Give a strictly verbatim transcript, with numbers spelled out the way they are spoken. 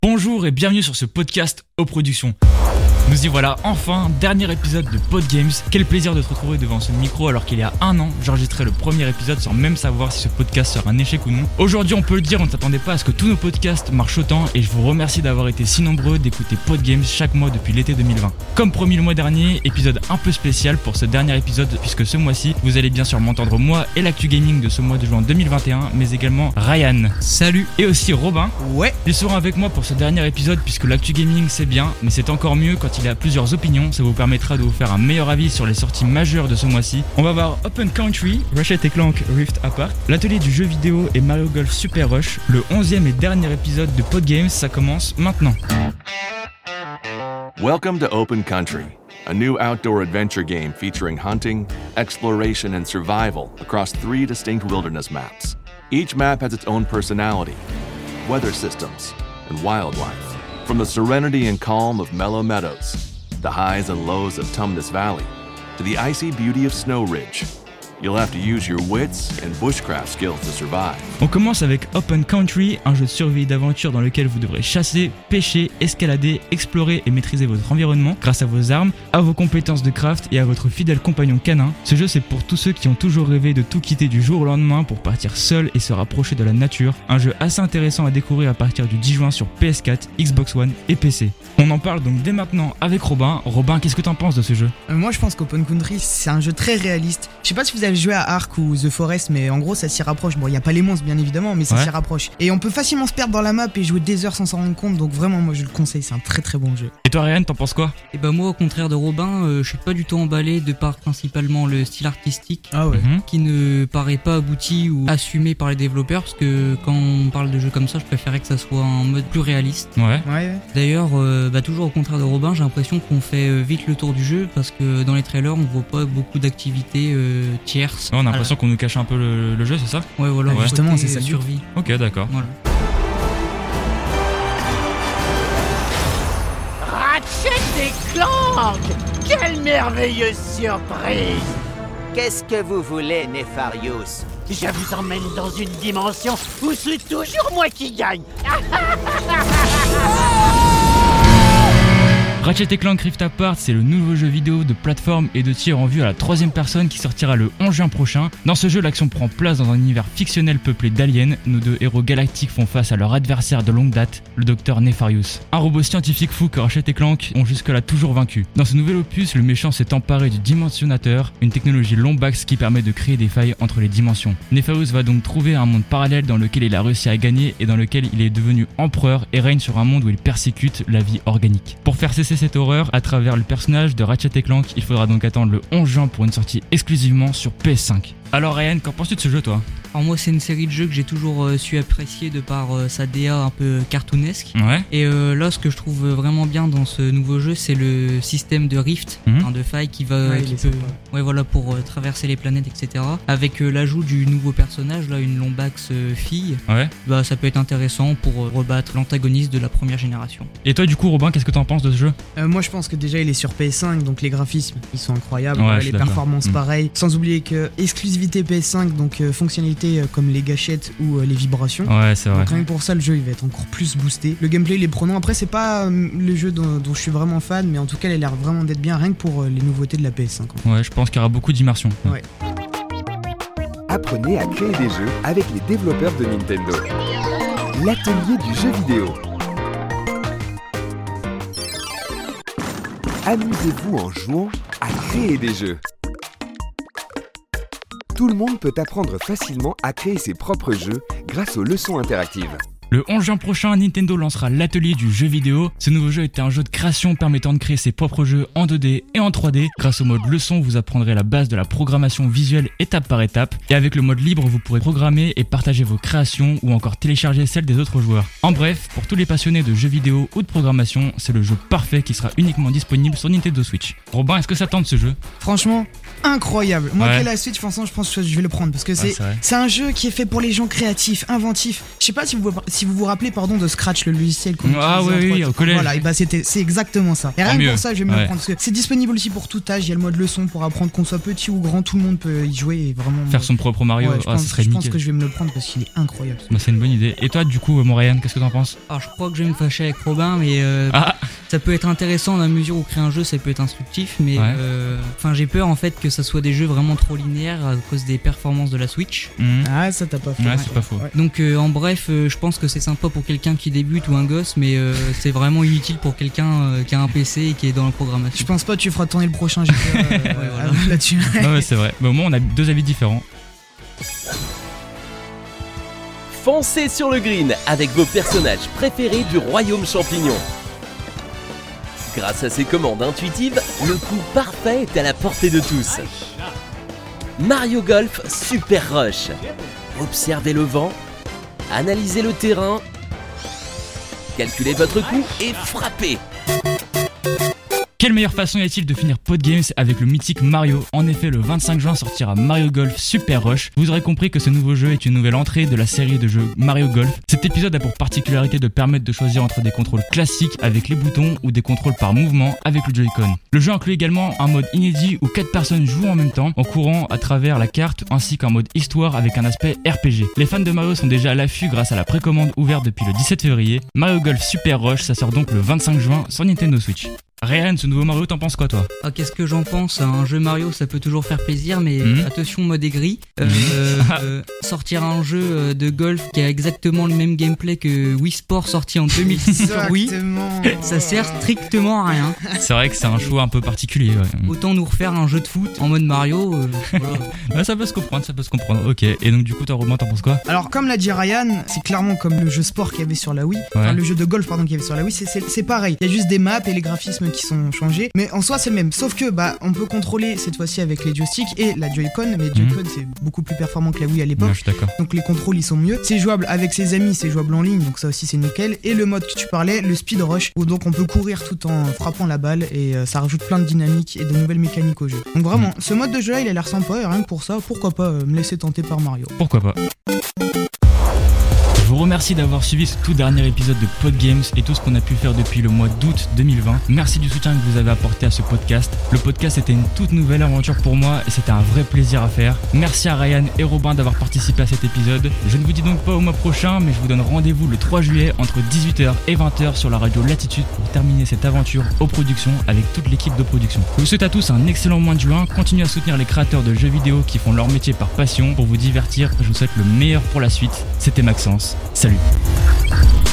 Bonjour et bienvenue sur ce podcast aux productions. Nous y voilà enfin, dernier épisode de Podgames. Quel plaisir de te retrouver devant ce micro alors qu'il y a un an, j'enregistrais le premier épisode sans même savoir si ce podcast sera un échec ou non. Aujourd'hui, on peut le dire, on ne s'attendait pas à ce que tous nos podcasts marchent autant et je vous remercie d'avoir été si nombreux d'écouter Podgames chaque mois depuis l'été deux mille vingt. Comme promis le mois dernier, épisode un peu spécial pour ce dernier épisode puisque ce mois-ci, vous allez bien sûr m'entendre moi et l'actu gaming de ce mois de juin deux mille vingt et un, mais également Ryan. Salut. Et aussi Robin. Ouais. Ils seront avec moi pour ce dernier épisode puisque l'actu gaming c'est bien, mais c'est encore mieux quand il y a plusieurs opinions, ça vous permettra de vous faire un meilleur avis sur les sorties majeures de ce mois-ci. On va voir Open Country, Ratchet et Clank Rift Apart, l'atelier du jeu vidéo et Mario Golf Super Rush. Le onzième et dernier épisode de Podgames, ça commence maintenant. Welcome to Open Country, a new outdoor adventure game featuring hunting, exploration, and survival across three distinct wilderness maps. Each map has its own personality, weather systems, and wildlife. From the serenity and calm of Mellow Meadows, the highs and lows of Tumnus Valley, to the icy beauty of Snow Ridge, you'll have to use your wits and bushcraft skills to survive. On commence avec Open Country, un jeu de survie et d'aventure dans lequel vous devrez chasser, pêcher, escalader, explorer et maîtriser votre environnement grâce à vos armes, à vos compétences de craft et à votre fidèle compagnon canin. Ce jeu c'est pour tous ceux qui ont toujours rêvé de tout quitter du jour au lendemain pour partir seul et se rapprocher de la nature. Un jeu assez intéressant à découvrir à partir du dix juin sur P S quatre, Xbox One et P C. On en parle donc dès maintenant avec Robin. Robin, qu'est-ce que t'en penses de ce jeu ? euh, Moi je pense qu'Open Country c'est un jeu très réaliste. Je sais pas si vous avez joué à Ark ou The Forest, mais en gros ça s'y rapproche. Bon, il y a pas les monstres bien évidemment, mais ça ouais. s'y rapproche. Et on peut facilement se perdre dans la map et jouer des heures sans s'en rendre compte. Donc vraiment moi je le conseille, c'est un très très bon jeu. Et toi Ryan, t'en penses quoi ? Et bah moi au contraire de Robin, euh, je suis pas du tout emballé de par principalement le style artistique Ah ouais. Mm-hmm. qui ne paraît pas abouti ou assumé par les développeurs, parce que quand on parle de jeux comme ça, je préférais que ça soit en mode plus réaliste. Ouais. Ouais, ouais. D'ailleurs, euh, bah toujours au contraire de Robin, j'ai l'impression qu'on fait euh, vite le tour du jeu parce que dans les trailers on voit pas beaucoup d'activités euh, tierces. Ouais, on a l'impression qu'on nous cache un peu le, le jeu, c'est ça ? Ouais voilà, Ouais. Justement, côté, c'est ça euh, le but. survie. Ok, d'accord. Voilà. Ratchet et Clank! Quelle merveilleuse surprise! Qu'est-ce que vous voulez, Nefarious? Je vous emmène dans une dimension où c'est toujours moi qui gagne! Ratchet et Clank Rift Apart, c'est le nouveau jeu vidéo de plateforme et de tir en vue à la troisième personne qui sortira le onze juin prochain. Dans ce jeu, l'action prend place dans un univers fictionnel peuplé d'aliens. Nos deux héros galactiques font face à leur adversaire de longue date, le docteur Nefarious. Un robot scientifique fou que Ratchet et Clank ont jusque-là toujours vaincu. Dans ce nouvel opus, le méchant s'est emparé du dimensionnateur, une technologie Lombax qui permet de créer des failles entre les dimensions. Nefarious va donc trouver un monde parallèle dans lequel il a réussi à gagner et dans lequel il est devenu empereur et règne sur un monde où il persécute la vie organique. Pour faire cesser cette horreur à travers le personnage de Ratchet et Clank, il faudra donc attendre le onze juin pour une sortie exclusivement sur P S cinq. Alors Ryan, qu'en penses-tu de ce jeu toi ? Alors moi c'est une série de jeux que j'ai toujours euh, su apprécier de par euh, sa D A un peu cartoonesque. Ouais. Et euh, là ce que je trouve vraiment bien dans ce nouveau jeu, c'est le système de rift, Mhm. hein, de faille qui va Ouais, qui il est peut, sympa. ouais voilà, pour euh, traverser les planètes, et cetera. Avec euh, l'ajout du nouveau personnage là, une Lombax euh, fille, Ouais. bah ça peut être intéressant pour euh, rebattre l'antagoniste de la première génération. Et toi du coup Robin, qu'est-ce que t'en penses de ce jeu ? Euh, moi je pense que déjà il est sur P S cinq, donc les graphismes ils sont incroyables, Ouais, euh, je suis les d'accord. performances Mm. pareilles. Sans oublier que exclusivité P S cinq, donc euh, fonctionnalités euh, comme les gâchettes ou euh, les vibrations. Ouais, c'est vrai. Donc rien que pour ça, le jeu il va être encore plus boosté. Le gameplay il est prenant. Après, c'est pas euh, le jeu dont, dont je suis vraiment fan, mais en tout cas, il a l'air vraiment d'être bien, rien que pour euh, les nouveautés de la P S cinq. Ouais, je pense qu'il y aura beaucoup d'immersion. Ouais. Apprenez à créer des jeux avec les développeurs de Nintendo. L'atelier du jeu vidéo. Amusez-vous en jouant à créer des jeux. Tout le monde peut apprendre facilement à créer ses propres jeux grâce aux leçons interactives. Le onze juin prochain, Nintendo lancera l'atelier du jeu vidéo. Ce nouveau jeu est un jeu de création permettant de créer ses propres jeux en deux D et en trois D. Grâce au mode leçon, vous apprendrez la base de la programmation visuelle étape par étape. Et avec le mode libre, vous pourrez programmer et partager vos créations ou encore télécharger celles des autres joueurs. En bref, pour tous les passionnés de jeux vidéo ou de programmation, c'est le jeu parfait qui sera uniquement disponible sur Nintendo Switch. Robin, est-ce que ça tente ce jeu ? Franchement, incroyable. Moi Ouais. qui ai la Switch, franchement, je pense que je vais le prendre parce que c'est c'est vrai. c'est un jeu qui est fait pour les gens créatifs, inventifs. Je sais pas si vous, si si vous vous rappelez, pardon, de Scratch, le logiciel qu'on Ah utilisait oui, en oui, trois, au collège. Voilà, et bah c'était, c'est exactement ça. Et rien Tant que mieux. pour ça, je vais me Ouais. le prendre. Parce que c'est disponible aussi pour tout âge. Il y a le mode leçon pour apprendre, qu'on soit petit ou grand, tout le monde peut y jouer et vraiment. Faire son propre Mario, Ouais, je ah, pense, ça serait je pense nickel. que je vais me le prendre parce qu'il est incroyable. Bah, c'est une bonne idée. Et toi, du coup, Morayan, qu'est-ce que t'en penses? Alors je crois que je vais me fâcher avec Robin, mais euh, Ah, ça peut être intéressant dans la mesure où créer un jeu ça peut être instructif, mais Ouais. euh, enfin j'ai peur en fait que ça soit des jeux vraiment trop linéaires à cause des performances de la Switch. hum. Ah, ça t'as pas fait. Ouais, c'est pas faux. Ouais. Donc euh, en bref, euh, je pense que c'est sympa pour quelqu'un qui débute ou un gosse, mais euh, c'est vraiment inutile pour quelqu'un euh, qui a un P C et qui est dans la Je programmation. pense pas que tu feras tourner le prochain G T A euh, voilà. euh, là-dessus. Non, ouais, c'est vrai. Mais au moins, on a deux avis différents. Foncez sur le green avec vos personnages préférés du royaume champignon. Grâce à ses commandes intuitives, le coup parfait est à la portée de tous. Mario Golf Super Rush. Observez le vent, analysez le terrain, calculez votre coup et frappez. Quelle meilleure façon y a-t-il de finir Podgames avec le mythique Mario? En effet, le vingt-cinq juin sortira Mario Golf Super Rush. Vous aurez compris que ce nouveau jeu est une nouvelle entrée de la série de jeux Mario Golf. Cet épisode a pour particularité de permettre de choisir entre des contrôles classiques avec les boutons ou des contrôles par mouvement avec le Joy-Con. Le jeu inclut également un mode inédit où quatre personnes jouent en même temps en courant à travers la carte, ainsi qu'un mode histoire avec un aspect R P G. Les fans de Mario sont déjà à l'affût grâce à la précommande ouverte depuis le dix-sept février. Mario Golf Super Rush, ça sort donc le vingt-cinq juin sur Nintendo Switch. Ryan, ce nouveau Mario, t'en penses quoi toi? Ah, qu'est-ce que j'en pense? Un jeu Mario, ça peut toujours faire plaisir, mais Mhm. attention, mode aigri. Euh, euh, sortir un jeu euh, de golf qui a exactement le même gameplay que Wii Sport sorti en deux mille six sur Wii, Exactement. ça sert strictement à rien. C'est vrai que c'est un choix un peu particulier. Ouais. Autant nous refaire un jeu de foot en mode Mario. euh, voilà. Ouais, ça peut se comprendre, ça peut se comprendre. Ok, et donc du coup, toi, Romain, t'en penses quoi? Alors, comme l'a dit Ryan, c'est clairement comme le jeu sport qu'il y avait sur la Wii. Enfin, Ouais. le jeu de golf, pardon, qu'il y avait sur la Wii, c'est, c'est, c'est pareil. Il y a juste des maps et les graphismes qui sont changés. Mais en soi, c'est le même. Sauf que, bah, on peut contrôler cette fois-ci avec les joysticks et la Joy-Con. Mais Joy-Con, c'est beaucoup plus performant que la Wii à l'époque. Ouais, je suis d'accord. Donc les contrôles ils sont mieux. C'est jouable avec ses amis, c'est jouable en ligne, donc ça aussi c'est nickel. Et le mode que tu parlais, le speed rush, où donc on peut courir tout en frappant la balle et euh, ça rajoute plein de dynamique et de nouvelles mécaniques au jeu. Donc vraiment, ce mode de jeu là il a l'air sympa et rien que pour ça, pourquoi pas euh, me laisser tenter par Mario. Pourquoi pas? Je vous remercie d'avoir suivi ce tout dernier épisode de Podgames et tout ce qu'on a pu faire depuis le mois d'août deux mille vingt. Merci du soutien que vous avez apporté à ce podcast. Le podcast était une toute nouvelle aventure pour moi et c'était un vrai plaisir à faire. Merci à Ryan et Robin d'avoir participé à cet épisode. Je ne vous dis donc pas au mois prochain, mais je vous donne rendez-vous le trois juillet entre dix-huit heures et vingt heures sur la radio Latitude pour terminer cette aventure aux productions avec toute l'équipe de production. Je vous souhaite à tous un excellent mois de juin. Continuez à soutenir les créateurs de jeux vidéo qui font leur métier par passion pour vous divertir. Je vous souhaite le meilleur pour la suite. C'était Maxence. Salut.